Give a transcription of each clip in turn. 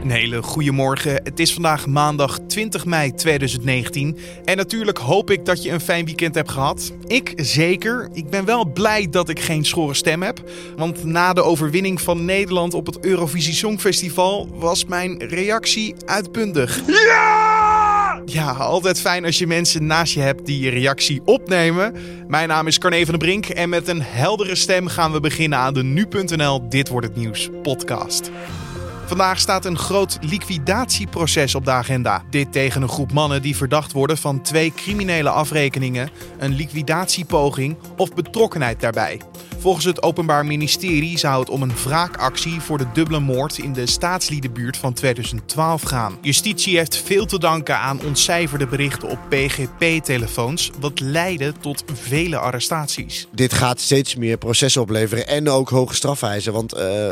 Een hele goede morgen. Het is vandaag maandag 20 mei 2019. En natuurlijk hoop ik dat je een fijn weekend hebt gehad. Ik zeker. Ik ben wel blij dat ik geen schorre stem heb. Want na de overwinning van Nederland op het Eurovisie Songfestival was mijn reactie uitbundig. Ja! Ja, altijd fijn als je mensen naast je hebt die je reactie opnemen. Mijn naam is Carne van den Brink en met een heldere stem gaan we beginnen aan de Nu.nl Dit Wordt Het Nieuws podcast. Vandaag staat een groot liquidatieproces op de agenda. Dit tegen een groep mannen die verdacht worden van 2 criminele afrekeningen, een liquidatiepoging of betrokkenheid daarbij. Volgens het Openbaar Ministerie zou het om een wraakactie voor de dubbele moord in de staatsliedenbuurt van 2012 gaan. Justitie heeft veel te danken aan ontcijferde berichten op PGP-telefoons, wat leidde tot vele arrestaties. Dit gaat steeds meer processen opleveren en ook hoge strafeisen, want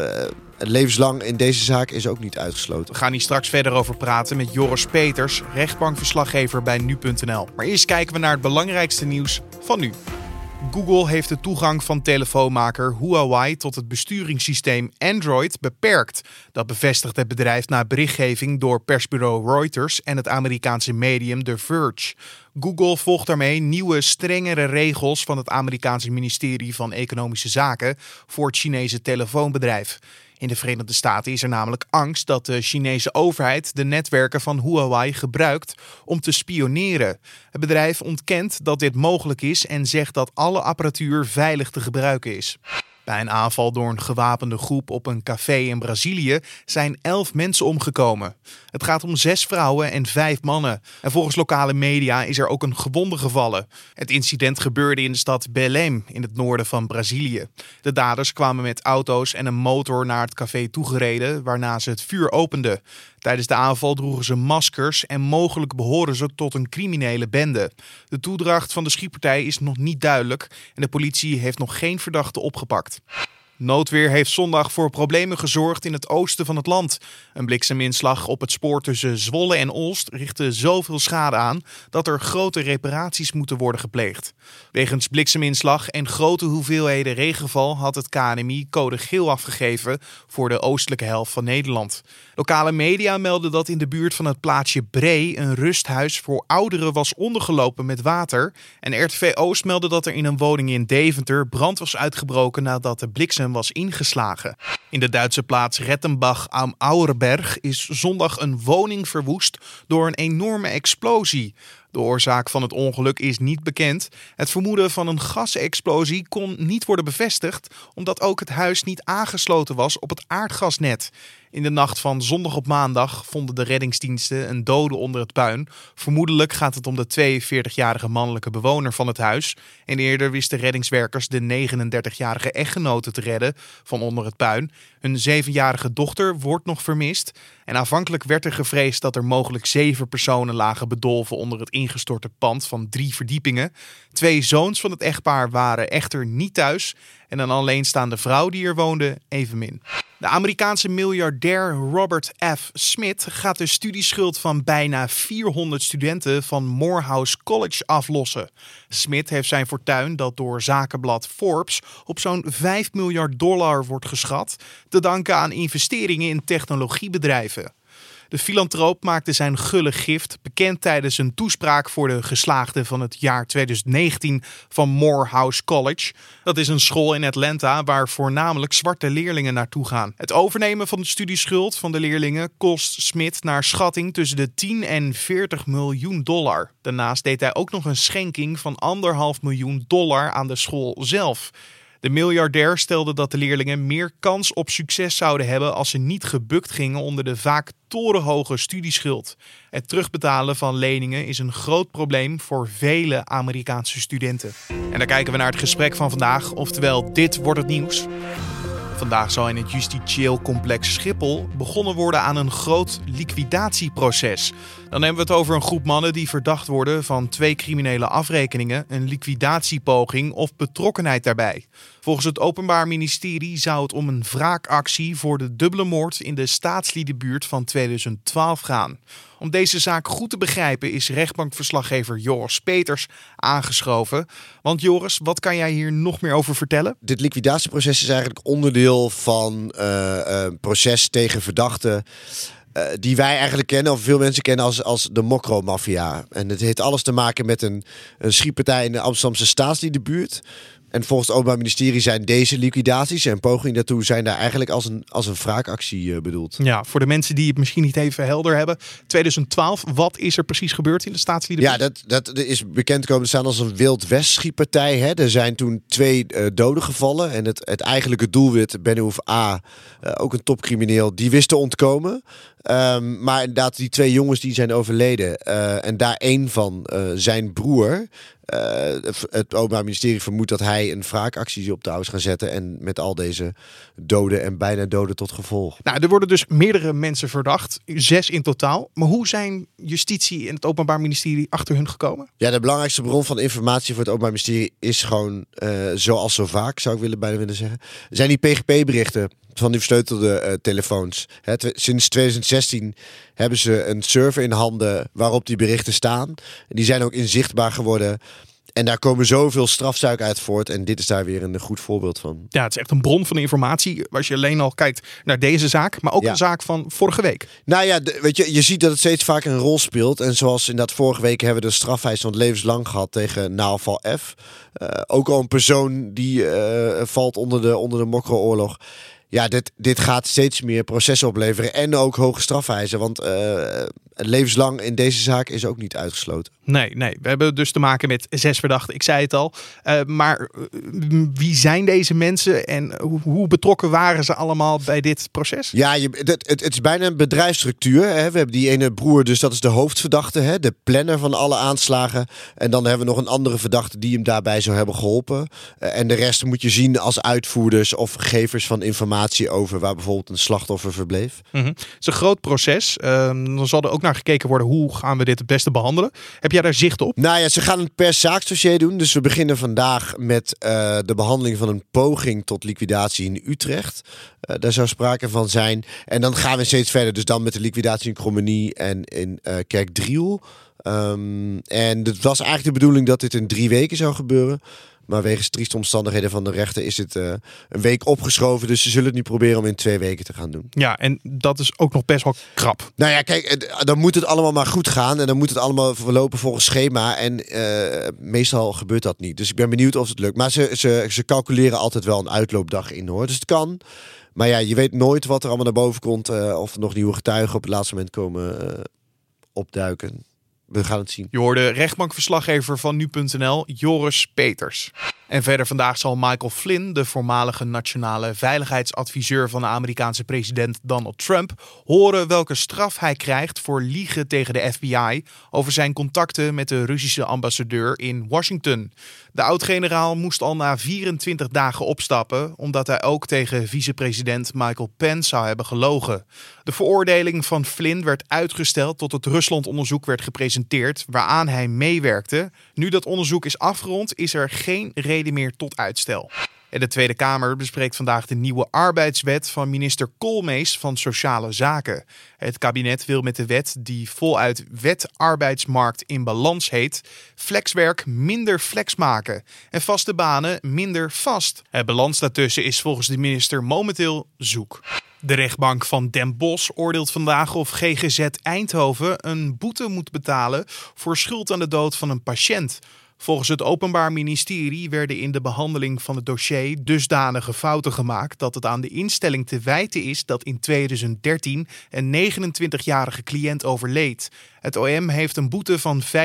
levenslang in deze zaak is ook niet uitgesloten. We gaan hier straks verder over praten met Joris Peters, rechtbankverslaggever bij Nu.nl. Maar eerst kijken we naar het belangrijkste nieuws van nu. Google heeft de toegang van telefoonmaker Huawei tot het besturingssysteem Android beperkt. Dat bevestigt het bedrijf na berichtgeving door persbureau Reuters en het Amerikaanse medium The Verge. Google volgt daarmee nieuwe, strengere regels van het Amerikaanse ministerie van Economische Zaken voor het Chinese telefoonbedrijf. In de Verenigde Staten is er namelijk angst dat de Chinese overheid de netwerken van Huawei gebruikt om te spioneren. Het bedrijf ontkent dat dit mogelijk is en zegt dat alle apparatuur veilig te gebruiken is. Bij een aanval door een gewapende groep op een café in Brazilië zijn 11 mensen omgekomen. Het gaat om 6 vrouwen en 5 mannen. En volgens lokale media is er ook een gewonde gevallen. Het incident gebeurde in de stad Belém in het noorden van Brazilië. De daders kwamen met auto's en een motor naar het café toegereden, waarna ze het vuur openden. Tijdens de aanval droegen ze maskers en mogelijk behoren ze tot een criminele bende. De toedracht van de schietpartij is nog niet duidelijk en de politie heeft nog geen verdachte opgepakt. Noodweer heeft zondag voor problemen gezorgd in het oosten van het land. Een blikseminslag op het spoor tussen Zwolle en Olst richtte zoveel schade aan dat er grote reparaties moeten worden gepleegd. Wegens blikseminslag en grote hoeveelheden regenval had het KNMI code geel afgegeven voor de oostelijke helft van Nederland. Lokale media melden dat in de buurt van het plaatsje Bree een rusthuis voor ouderen was ondergelopen met water. En RTV Oost meldde dat er in een woning in Deventer brand was uitgebroken nadat de bliksem was ingeslagen. In de Duitse plaats Rettenbach am Auerberg is zondag een woning verwoest door een enorme explosie. De oorzaak van het ongeluk is niet bekend. Het vermoeden van een gasexplosie kon niet worden bevestigd, omdat ook het huis niet aangesloten was op het aardgasnet. In de nacht van zondag op maandag vonden de reddingsdiensten een dode onder het puin. Vermoedelijk gaat het om de 42-jarige mannelijke bewoner van het huis. En eerder wisten reddingswerkers de 39-jarige echtgenote te redden van onder het puin. Hun 7-jarige dochter wordt nog vermist. En aanvankelijk werd er gevreesd dat er mogelijk 7 personen lagen bedolven onder het ingestorte pand van 3 verdiepingen. 2 zoons van het echtpaar waren echter niet thuis. En een alleenstaande vrouw die er woonde evenmin. De Amerikaanse miljardair Robert F. Smith gaat de studieschuld van bijna 400 studenten van Morehouse College aflossen. Smith heeft zijn fortuin, dat door zakenblad Forbes op zo'n $5 miljard wordt geschat, te danken aan investeringen in technologiebedrijven. De filantroop maakte zijn gulle gift bekend tijdens een toespraak voor de geslaagden van het jaar 2019 van Morehouse College. Dat is een school in Atlanta waar voornamelijk zwarte leerlingen naartoe gaan. Het overnemen van de studieschuld van de leerlingen kost Smith naar schatting tussen de $10 en $40 miljoen. Daarnaast deed hij ook nog een schenking van $1,5 miljoen aan de school zelf. De miljardair stelde dat de leerlingen meer kans op succes zouden hebben als ze niet gebukt gingen onder de vaak torenhoge studieschuld. Het terugbetalen van leningen is een groot probleem voor vele Amerikaanse studenten. En dan kijken we naar het gesprek van vandaag, oftewel Dit Wordt Het Nieuws. Vandaag zal in het justitieel complex Schiphol begonnen worden aan een groot liquidatieproces. Dan hebben we het over een groep mannen die verdacht worden van 2 criminele afrekeningen, een liquidatiepoging of betrokkenheid daarbij. Volgens het Openbaar Ministerie zou het om een wraakactie voor de dubbele moord in de staatsliedenbuurt van 2012 gaan. Om deze zaak goed te begrijpen is rechtbankverslaggever Joris Peters aangeschoven. Want Joris, wat kan jij hier nog meer over vertellen? Dit liquidatieproces is eigenlijk onderdeel van een proces tegen verdachten die wij eigenlijk kennen, of veel mensen kennen als de Mokro-maffia. En het heeft alles te maken met een schietpartij in de Amsterdamse Staatsliedenbuurt. En volgens het Openbaar Ministerie zijn deze liquidaties en pogingen daartoe zijn daar eigenlijk als een wraakactie bedoeld. Ja, voor de mensen die het misschien niet even helder hebben. 2012, wat is er precies gebeurd in de Staatsliedenbuurt? Ja, dat is bekend komen te staan als een Wild West schietpartij. Hè. Er zijn toen 2 doden gevallen. En het eigenlijke doelwit, Benouf A., ook een topcrimineel, die wist te ontkomen. Maar inderdaad, die 2 jongens die zijn overleden. En daar één van zijn broer. Het Openbaar Ministerie vermoedt dat hij een wraakactie op touw is gaan zetten. En met al deze doden en bijna doden tot gevolg. Nou, er worden dus meerdere mensen verdacht. 6 in totaal. Maar hoe zijn justitie en het Openbaar Ministerie achter hun gekomen? Ja, de belangrijkste bron van informatie voor het Openbaar Ministerie is gewoon, zoals zo vaak, zou ik bijna willen zeggen, zijn die PGP-berichten van die versleutelde telefoons. Sinds 2016 hebben ze een server in handen waarop die berichten staan. Die zijn ook inzichtbaar geworden. En daar komen zoveel strafzaken uit voort. En dit is daar weer een goed voorbeeld van. Ja, het is echt een bron van informatie. Als je alleen al kijkt naar deze zaak, maar ook een zaak van vorige week. Nou ja, weet je ziet dat het steeds vaker een rol speelt. En zoals inderdaad vorige week hebben we de strafeis van levenslang gehad tegen Naval F. Ook al een persoon die valt onder de Mokro-oorlog. Ja, dit gaat steeds meer processen opleveren en ook hoge strafeisen. Want levenslang in deze zaak is ook niet uitgesloten. Nee. We hebben dus te maken met 6 verdachten. Ik zei het al. Maar wie zijn deze mensen en hoe betrokken waren ze allemaal bij dit proces? Ja, het is bijna een bedrijfsstructuur. Hè. We hebben die ene broer, dus dat is de hoofdverdachte. Hè, de planner van alle aanslagen. En dan hebben we nog een andere verdachte die hem daarbij zou hebben geholpen. En de rest moet je zien als uitvoerders of gevers van informatie over waar bijvoorbeeld een slachtoffer verbleef. Het is een groot proces. Dan zal er ook naar gekeken worden, hoe gaan we dit het beste behandelen? Heb jij daar zicht op? Nou ja, ze gaan het per zaaksdossier doen. Dus we beginnen vandaag met de behandeling van een poging tot liquidatie in Utrecht. Daar zou sprake van zijn. En dan gaan we steeds verder. Dus dan met de liquidatie in Krommenie en in Kerkdriel. En het was eigenlijk de bedoeling dat dit in 3 weken zou gebeuren. Maar wegens trieste omstandigheden van de rechter is het een week opgeschoven. Dus ze zullen het nu proberen om in 2 weken te gaan doen. Ja, en dat is ook nog best wel krap. Nou ja, kijk, dan moet het allemaal maar goed gaan. En dan moet het allemaal verlopen volgens schema. En meestal gebeurt dat niet. Dus ik ben benieuwd of het lukt. Maar ze calculeren altijd wel een uitloopdag in, hoor. Dus het kan. Maar ja, je weet nooit wat er allemaal naar boven komt. Of er nog nieuwe getuigen op het laatste moment komen opduiken. We gaan het zien. Je hoorde rechtbankverslaggever van nu.nl, Joris Peters. En verder vandaag zal Michael Flynn, de voormalige nationale veiligheidsadviseur van de Amerikaanse president Donald Trump, horen welke straf hij krijgt voor liegen tegen de FBI over zijn contacten met de Russische ambassadeur in Washington. De oud-generaal moest al na 24 dagen opstappen, omdat hij ook tegen vicepresident Michael Pence zou hebben gelogen. De veroordeling van Flynn werd uitgesteld tot het Rusland-onderzoek werd gepresenteerd, waaraan hij meewerkte. Nu dat onderzoek is afgerond, is er geen reden meer tot uitstel. En de Tweede Kamer bespreekt vandaag de nieuwe arbeidswet van minister Koolmees van Sociale Zaken. Het kabinet wil met de wet, die voluit Wet Arbeidsmarkt in Balans heet, flexwerk minder flex maken en vaste banen minder vast. Het balans daartussen is volgens de minister momenteel zoek. De rechtbank van Den Bosch oordeelt vandaag of GGZ Eindhoven een boete moet betalen voor schuld aan de dood van een patiënt. Volgens het Openbaar Ministerie werden in de behandeling van het dossier dusdanige fouten gemaakt dat het aan de instelling te wijten is dat in 2013 een 29-jarige cliënt overleed. Het OM heeft een boete van €25.000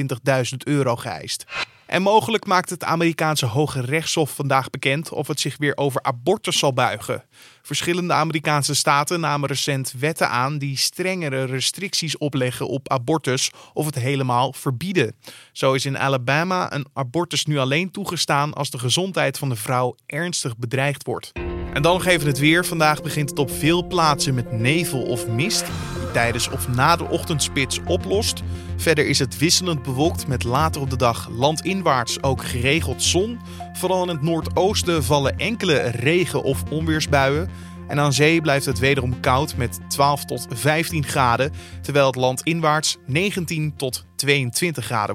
geëist. En mogelijk maakt het Amerikaanse Hoge Rechtshof vandaag bekend of het zich weer over abortus zal buigen. Verschillende Amerikaanse staten namen recent wetten aan die strengere restricties opleggen op abortus of het helemaal verbieden. Zo is in Alabama een abortus nu alleen toegestaan als de gezondheid van de vrouw ernstig bedreigd wordt. En dan nog even het weer. Vandaag begint het op veel plaatsen met nevel of mist, die tijdens of na de ochtendspits oplost. Verder is het wisselend bewolkt met later op de dag landinwaarts ook geregeld zon. Vooral in het noordoosten vallen enkele regen- of onweersbuien. En aan zee blijft het wederom koud met 12 tot 15 graden, terwijl het landinwaarts 19 tot 22 graden wordt.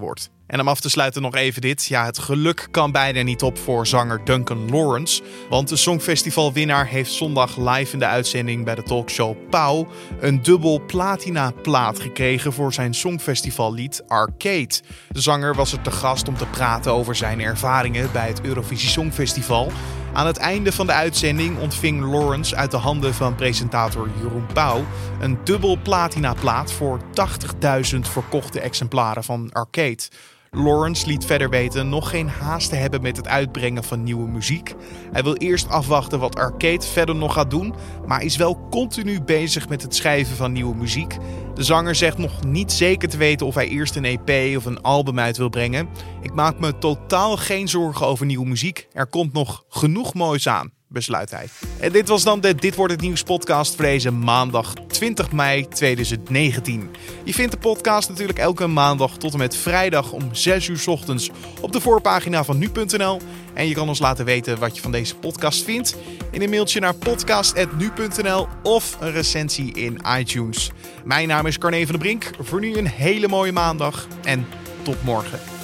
En om af te sluiten nog even dit. Ja, het geluk kan bijna niet op voor zanger Duncan Lawrence. Want de Songfestivalwinnaar heeft zondag live in de uitzending bij de talkshow Pauw een dubbel platina-plaat gekregen voor zijn Songfestivallied Arcade. De zanger was er te gast om te praten over zijn ervaringen bij het Eurovisie Songfestival. Aan het einde van de uitzending ontving Lawrence uit de handen van presentator Jeroen Pauw een dubbel platina-plaat voor 80.000 verkochte exemplaren van Arcade. Lawrence liet verder weten nog geen haast te hebben met het uitbrengen van nieuwe muziek. Hij wil eerst afwachten wat Arcade verder nog gaat doen, maar is wel continu bezig met het schrijven van nieuwe muziek. De zanger zegt nog niet zeker te weten of hij eerst een EP of een album uit wil brengen. Ik maak me totaal geen zorgen over nieuwe muziek. Er komt nog genoeg moois aan, besluit hij. En dit was dan de Dit Wordt Het Nieuws podcast voor deze maandag 20 mei 2019. Je vindt de podcast natuurlijk elke maandag tot en met vrijdag om 6 uur 's ochtends op de voorpagina van nu.nl. En je kan ons laten weten wat je van deze podcast vindt in een mailtje naar podcast@nu.nl of een recensie in iTunes. Mijn naam is Carne van der Brink. Voor nu een hele mooie maandag en tot morgen.